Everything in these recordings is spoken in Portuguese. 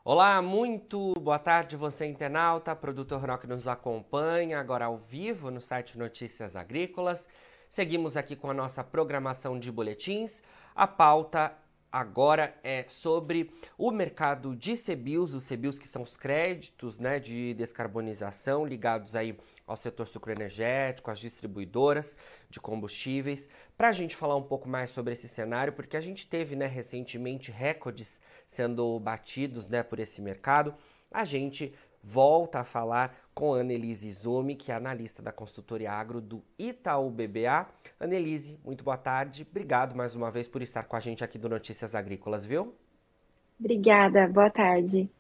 Olá, muito boa tarde você internauta, produtor rural que nos acompanha agora ao vivo no site Notícias Agrícolas. Seguimos aqui com a nossa programação de boletins. A pauta agora é sobre o mercado de CBIOS, os CBIOS que são os créditos, né, de descarbonização ligados aí ao setor sucroenergético, às distribuidoras de combustíveis, para a gente falar um pouco mais sobre esse cenário, porque a gente teve, né, recentemente recordes sendo batidos, né, por esse mercado. A gente volta a falar com a Annelise Zumi, que é analista da consultoria agro do Itaú BBA. Annelise, muito boa tarde. Obrigado mais uma vez por estar com a gente aqui do Notícias Agrícolas, viu? Obrigada, boa tarde.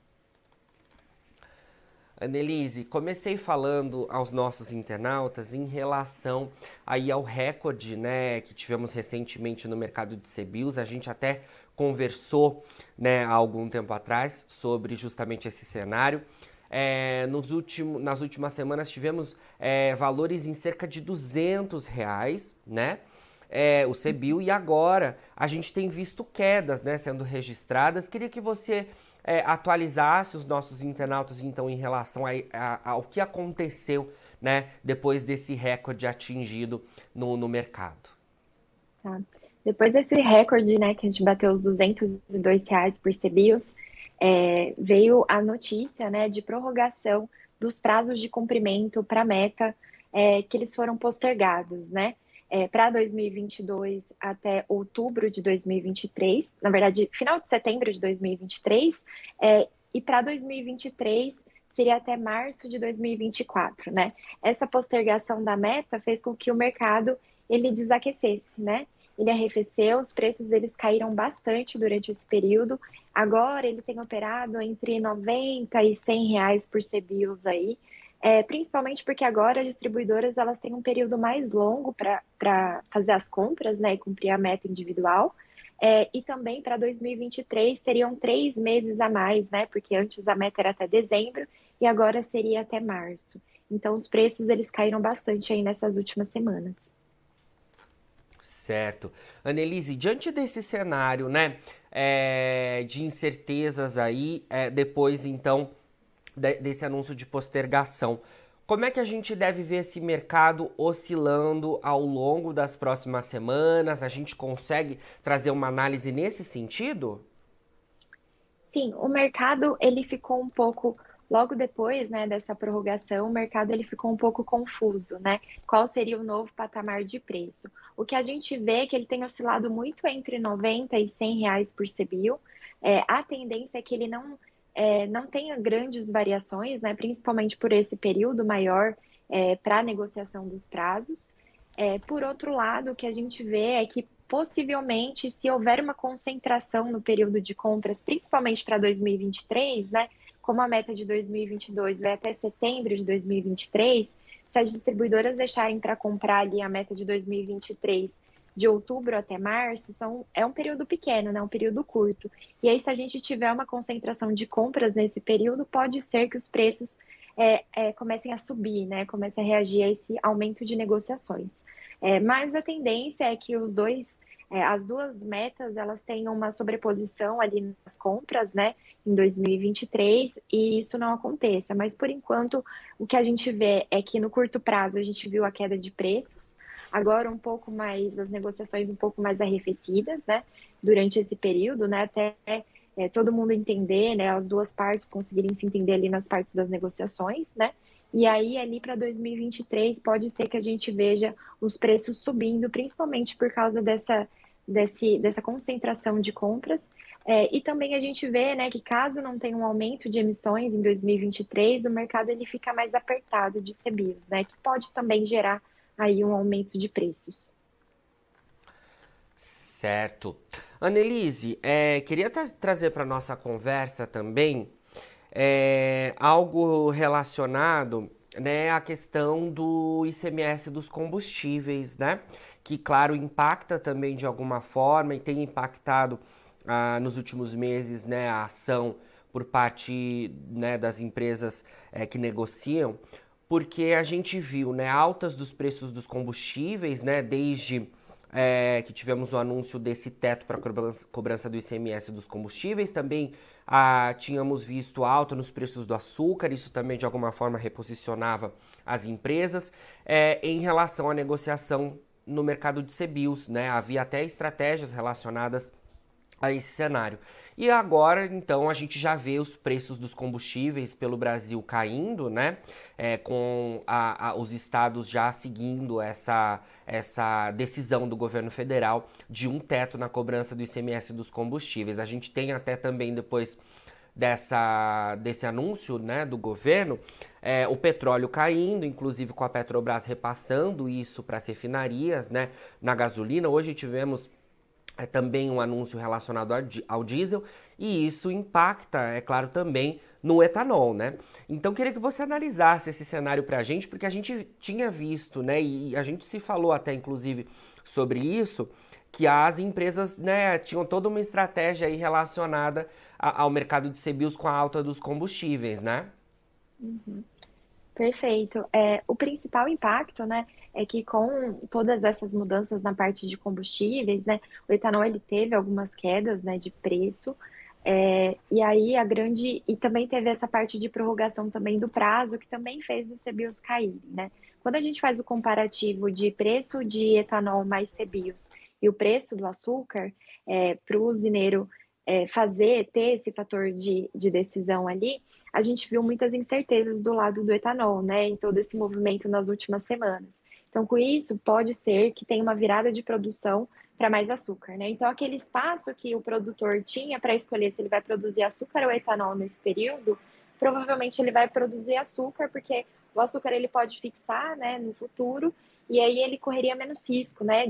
Annelise, comecei falando aos nossos internautas em relação aí ao recorde, né, que tivemos recentemente no mercado de CBIOS. A gente até conversou, né, há algum tempo atrás sobre justamente esse cenário. Nas últimas semanas tivemos valores em cerca de R$ 200, né? O CBIO, e agora a gente tem visto quedas, né, sendo registradas. Queria que você atualizasse os nossos internautas então em relação ao que aconteceu, né, depois desse recorde atingido no mercado. Tá. Depois desse recorde, né, que a gente bateu os R$ 202 por CBIOS, veio a notícia, né, de prorrogação dos prazos de cumprimento para a meta, que eles foram postergados, né, para 2022 até outubro de 2023, na verdade, final de setembro de 2023, e para 2023 seria até março de 2024, né? Essa postergação da meta fez com que o mercado ele desaquecesse, né? Ele arrefeceu, os preços eles caíram bastante durante esse período. Agora ele tem operado entre 90 e R$ 100 por CBIOS aí, principalmente porque agora as distribuidoras elas têm um período mais longo para fazer as compras, né, e cumprir a meta individual. E também para 2023 teriam 3 meses a mais, né? Porque antes a meta era até dezembro e agora seria até março. Então os preços eles caíram bastante aí nessas últimas semanas. Certo. Annelise, diante desse cenário, né, de incertezas aí, depois então desse anúncio de postergação, como é que a gente deve ver esse mercado oscilando ao longo das próximas semanas? A gente consegue trazer uma análise nesse sentido? Sim, o mercado ele ficou um pouco logo depois, né, dessa prorrogação, o mercado ele ficou um pouco confuso, né? Qual seria o novo patamar de preço? O que a gente vê é que ele tem oscilado muito entre 90 e R$ 100 por CBIO. A tendência é que ele não tenha grandes variações, né? Principalmente por esse período maior para a negociação dos prazos. Por outro lado, o que a gente vê é que possivelmente, se houver uma concentração no período de compras, principalmente para 2023, né, como a meta de 2022 vai até setembro de 2023, se as distribuidoras deixarem para comprar ali a meta de 2023 de outubro até março, é um período pequeno, né, um período curto. E aí, se a gente tiver uma concentração de compras nesse período, pode ser que os preços comecem a subir, né, comecem a reagir a esse aumento de negociações. Mas a tendência é que as duas metas elas tenham uma sobreposição ali nas compras, né, em 2023, e isso não aconteça. Mas por enquanto o que a gente vê é que no curto prazo a gente viu a queda de preços, agora um pouco mais as negociações um pouco mais arrefecidas, né, durante esse período, né, até todo mundo entender, né, as duas partes conseguirem se entender ali nas partes das negociações, né. E aí, ali para 2023, pode ser que a gente veja os preços subindo, principalmente por causa dessa concentração de compras. E também a gente vê, né, que caso não tenha um aumento de emissões em 2023, o mercado ele fica mais apertado de CBIOS, né, que pode também gerar aí um aumento de preços. Certo. Annelise, queria trazer para nossa conversa também algo relacionado, né, à questão do ICMS dos combustíveis, né? Que, claro, impacta também de alguma forma e tem impactado nos últimos meses, né, a ação por parte, né, das empresas que negociam, porque a gente viu, né, altas dos preços dos combustíveis, né, desde que tivemos o anúncio desse teto para cobrança do ICMS dos combustíveis. Também tínhamos visto alta nos preços do açúcar, isso também de alguma forma reposicionava as empresas. Em relação à negociação no mercado de CBIOS, né? Havia até estratégias relacionadas a esse cenário. E agora, então, a gente já vê os preços dos combustíveis pelo Brasil caindo, né? Com os estados já seguindo essa decisão do governo federal de um teto na cobrança do ICMS dos combustíveis. A gente tem até também, depois desse anúncio, né, do governo, o petróleo caindo, inclusive com a Petrobras repassando isso para as refinarias, né, na gasolina. Hoje tivemos também um anúncio relacionado ao diesel, e isso impacta, é claro, também no etanol, né? Então, queria que você analisasse esse cenário para a gente, porque a gente tinha visto, né, e a gente se falou até, inclusive, sobre isso, que as empresas, né, tinham toda uma estratégia aí relacionada ao mercado de CBIOS com a alta dos combustíveis, né? Uhum. Perfeito. O principal impacto, né, é que com todas essas mudanças na parte de combustíveis, né, o etanol ele teve algumas quedas, né, de preço, e aí e também teve essa parte de prorrogação também do prazo, que também fez os CBIOS caírem, né? Quando a gente faz o comparativo de preço de etanol mais CBIOS e o preço do açúcar, para o usineiro ter esse fator de decisão ali, a gente viu muitas incertezas do lado do etanol, né, em todo esse movimento nas últimas semanas. Então, com isso, pode ser que tenha uma virada de produção para mais açúcar, né? Então, aquele espaço que o produtor tinha para escolher se ele vai produzir açúcar ou etanol nesse período, provavelmente ele vai produzir açúcar, porque o açúcar ele pode fixar, né, no futuro, e aí ele correria menos risco, né,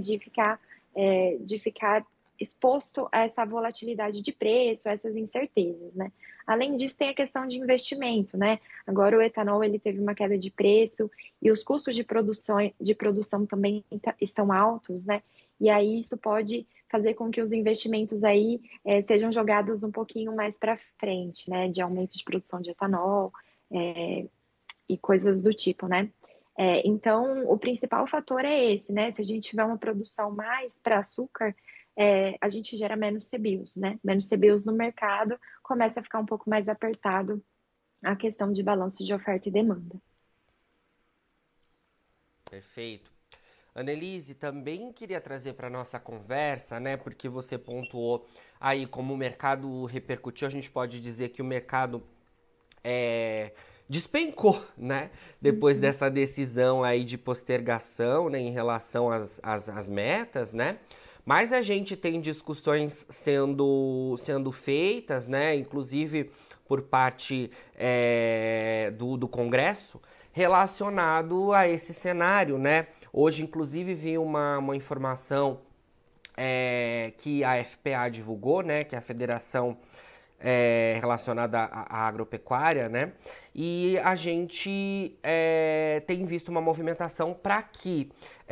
de ficar exposto a essa volatilidade de preço, a essas incertezas, né? Além disso, tem a questão de investimento, né? Agora o etanol ele teve uma queda de preço e os custos de produção também estão altos, né? E aí isso pode fazer com que os investimentos aí sejam jogados um pouquinho mais para frente, né? De aumento de produção de etanol e coisas do tipo, né? Então, o principal fator é esse, né? Se a gente tiver uma produção mais para açúcar, a gente gera menos CBIOS, né? Menos CBIOS no mercado, começa a ficar um pouco mais apertado a questão de balanço de oferta e demanda. Perfeito. Annelise, também queria trazer para nossa conversa, né? Porque você pontuou aí como o mercado repercutiu, a gente pode dizer que o mercado despencou, né? Depois Uhum. dessa decisão aí de postergação, né, em relação às metas, né? Mas a gente tem discussões sendo feitas, né? Inclusive por parte do Congresso, relacionado a esse cenário, né? Hoje, inclusive, vi uma informação que a FPA divulgou, né? Que é a Federação relacionada à agropecuária, né? E a gente tem visto uma movimentação para que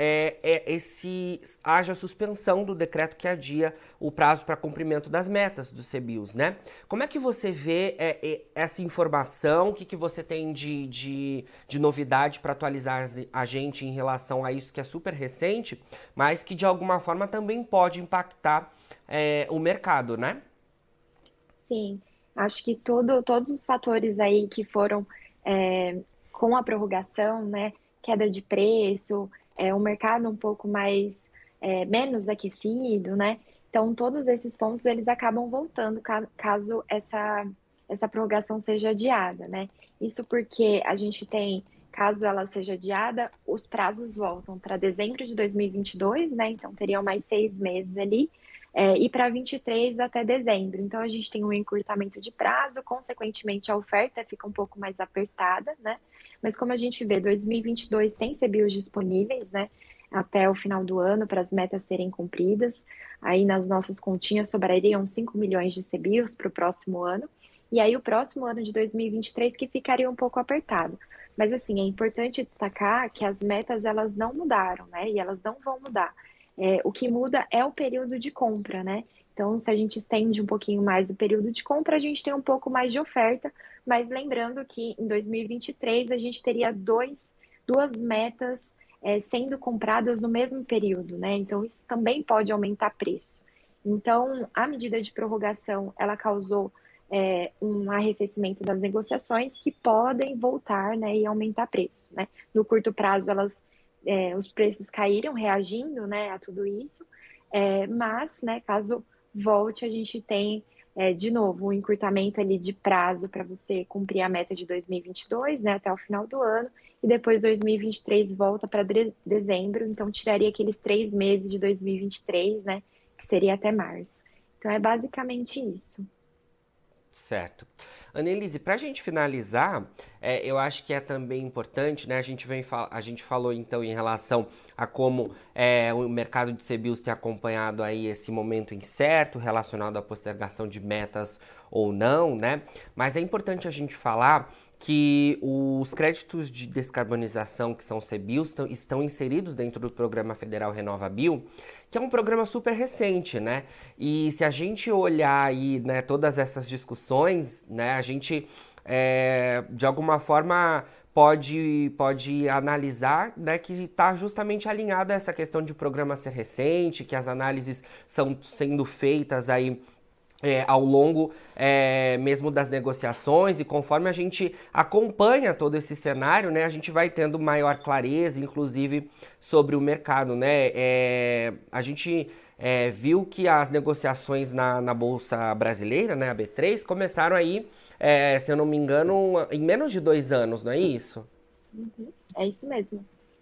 haja suspensão do decreto que adia o prazo para cumprimento das metas dos CBIOS, né? Como é que você vê essa informação? O que você tem de novidade para atualizar a gente em relação a isso que é super recente, mas que de alguma forma também pode impactar o mercado, né? Sim, acho que todos os fatores aí que foram com a prorrogação, né, queda de preço, um mercado um pouco mais menos aquecido, né? Então todos esses pontos eles acabam voltando caso essa prorrogação seja adiada, né? Isso porque a gente tem, caso ela seja adiada, os prazos voltam para dezembro de 2022, né? Então teriam mais 6 meses ali e para 23 até dezembro. Então, a gente tem um encurtamento de prazo, consequentemente, a oferta fica um pouco mais apertada, né? Mas como a gente vê, 2022 tem CBIOS disponíveis, né? Até o final do ano, para as metas serem cumpridas. Aí, nas nossas continhas, sobrariam 5 milhões de CBIOS para o próximo ano. E aí, o próximo ano de 2023 que ficaria um pouco apertado. Mas, assim, é importante destacar que as metas, elas não mudaram, né? E elas não vão mudar. O que muda é o período de compra, né? Então, se a gente estende um pouquinho mais o período de compra, a gente tem um pouco mais de oferta, mas lembrando que em 2023 a gente teria duas metas sendo compradas no mesmo período, né? Então, isso também pode aumentar preço. Então, a medida de prorrogação, ela causou um arrefecimento das negociações que podem voltar, né, e aumentar preço, né? No curto prazo, os preços caíram reagindo, né, a tudo isso, mas, né, caso volte, a gente tem, de novo, um encurtamento ali de prazo para você cumprir a meta de 2022, né, até o final do ano, e depois 2023 volta para dezembro, então tiraria aqueles 3 meses de 2023, né, que seria até março. Então, é basicamente isso. Certo. Annelise, para a gente finalizar, eu acho que é também importante, né? A gente falou então em relação a como o mercado de CBIOS tem acompanhado aí esse momento incerto relacionado à postergação de metas ou não, né? Mas é importante a gente falar que os créditos de descarbonização, que são CBIOS, estão inseridos dentro do Programa Federal RenovaBio, que é um programa super recente, né? E se a gente olhar aí, né, todas essas discussões, né, a gente, de alguma forma, pode analisar, né, que está justamente alinhado a essa questão de o programa ser recente, que as análises são sendo feitas aí ao longo mesmo das negociações, e conforme a gente acompanha todo esse cenário, né, a gente vai tendo maior clareza, inclusive, sobre o mercado, né? A gente viu que as negociações na Bolsa Brasileira, né, a B3, começaram aí, se eu não me engano, em menos de 2 anos, não é isso? Uhum, é isso mesmo.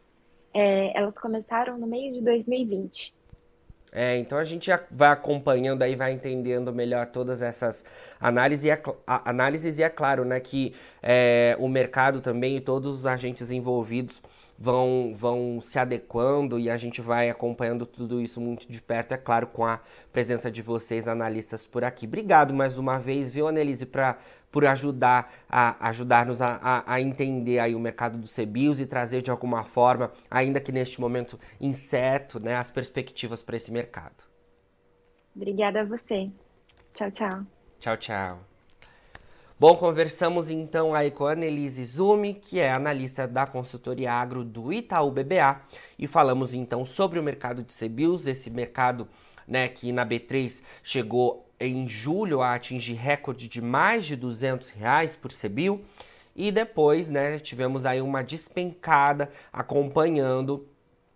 Elas começaram no meio de 2020. Então a gente vai acompanhando aí, vai entendendo melhor todas essas análises, e é claro, né, que o mercado também e todos os agentes envolvidos vão se adequando, e a gente vai acompanhando tudo isso muito de perto, é claro, com a presença de vocês, analistas, por aqui. Obrigado mais uma vez, viu, Annelise, por ajudar-nos a entender aí o mercado do CBIOS e trazer de alguma forma, ainda que neste momento incerto, né, as perspectivas para esse mercado. Obrigada a você. Tchau, tchau. Tchau, tchau. Bom, conversamos então aí com a Annelise Zumi, que é analista da consultoria agro do Itaú BBA, e falamos então sobre o mercado de CBIOS, esse mercado, né, que na B3 chegou em julho a atingir recorde de mais de R$200 por CBIO, e depois, né, tivemos aí uma despencada acompanhando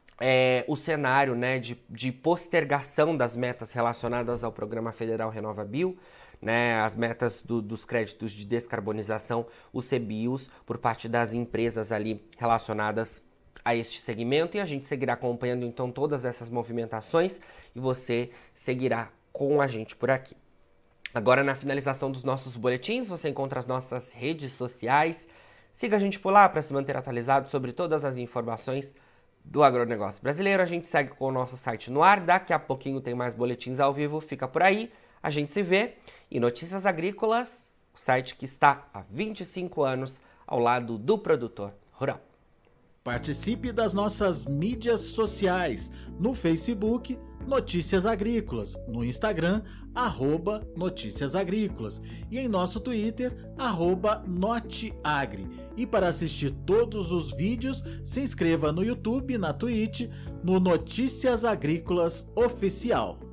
o cenário, né, de postergação das metas relacionadas ao Programa Federal RenovaBio, né, as metas dos créditos de descarbonização, os CBIOS, por parte das empresas ali relacionadas a este segmento, e a gente seguirá acompanhando então todas essas movimentações, e você seguirá com a gente por aqui. Agora, na finalização dos nossos boletins, você encontra as nossas redes sociais. Siga a gente por lá para se manter atualizado sobre todas as informações do agronegócio brasileiro. A gente segue com o nosso site no ar. Daqui a pouquinho tem mais boletins ao vivo. Fica por aí. A gente se vê. E Notícias Agrícolas, o site que está há 25 anos ao lado do produtor rural. Participe das nossas mídias sociais. No Facebook, Notícias Agrícolas. No Instagram, @Notícias Agrícolas. E em nosso Twitter, @Noteagri. E para assistir todos os vídeos, se inscreva no YouTube, na Twitch, no Notícias Agrícolas Oficial.